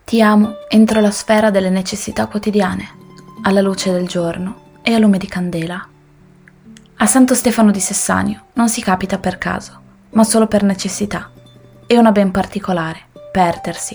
Ti amo entro la sfera delle necessità quotidiane, alla luce del giorno e a lume di candela. A Santo Stefano di Sessanio non si capita per caso, ma solo per necessità, e una ben particolare: perdersi.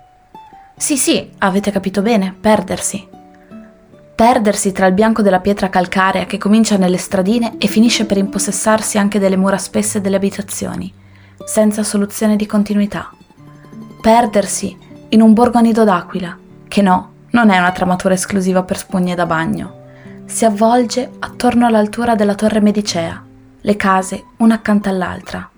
Sì, avete capito bene, perdersi. Perdersi tra il bianco della pietra calcarea che comincia nelle stradine e finisce per impossessarsi anche delle mura spesse delle abitazioni, senza soluzione di continuità. Perdersi in un borgo a nido d'aquila, che no, non è una tramatura esclusiva per spugne da bagno. Si avvolge attorno all'altura della Torre Medicea, le case una accanto all'altra.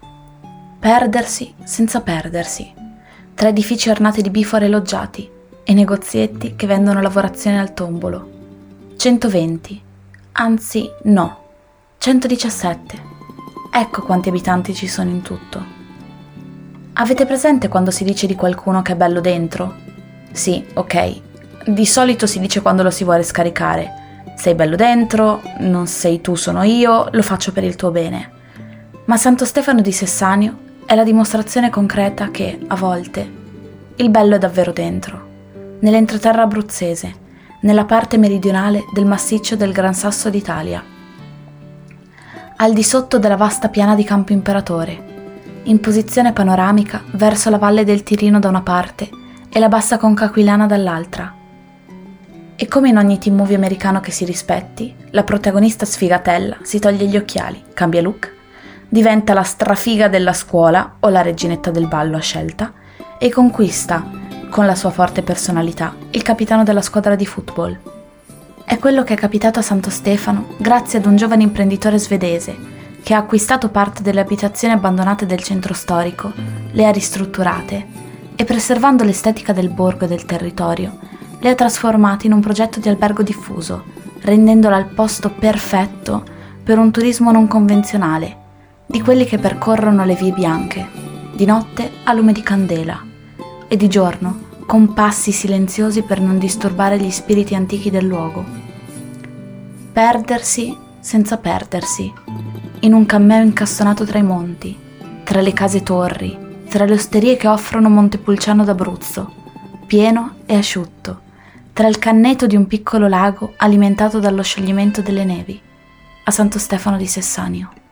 Perdersi senza perdersi, tra edifici ornati di bifore loggiati e negozietti che vendono lavorazioni al tombolo. 120, anzi no, 117. Ecco quanti abitanti ci sono in tutto. Avete presente quando si dice di qualcuno che è bello dentro? Sì, ok. Di solito si dice quando lo si vuole scaricare. Sei bello dentro, non sei tu, sono io, lo faccio per il tuo bene. Ma Santo Stefano di Sessanio è la dimostrazione concreta che, a volte, il bello è davvero dentro, nell'entroterra abruzzese, nella parte meridionale del massiccio del Gran Sasso d'Italia, al di sotto della vasta piana di Campo Imperatore, in posizione panoramica verso la valle del Tirino da una parte e la bassa conca aquilana dall'altra. E come in ogni teen movie americano che si rispetti, la protagonista sfigatella si toglie gli occhiali, cambia look, diventa la strafiga della scuola o la reginetta del ballo a scelta e conquista, con la sua forte personalità, il capitano della squadra di football. È quello che è capitato a Santo Stefano grazie ad un giovane imprenditore svedese che ha acquistato parte delle abitazioni abbandonate del centro storico, le ha ristrutturate e, preservando l'estetica del borgo e del territorio, le ha trasformate in un progetto di albergo diffuso, rendendola il posto perfetto per un turismo non convenzionale, di quelli che percorrono le vie bianche, di notte a lume di candela e di giorno con passi silenziosi per non disturbare gli spiriti antichi del luogo. Perdersi senza perdersi, in un cammeo incastonato tra i monti, tra le case torri, tra le osterie che offrono Montepulciano d'Abruzzo, pieno e asciutto, tra il canneto di un piccolo lago alimentato dallo scioglimento delle nevi, a Santo Stefano di Sessanio.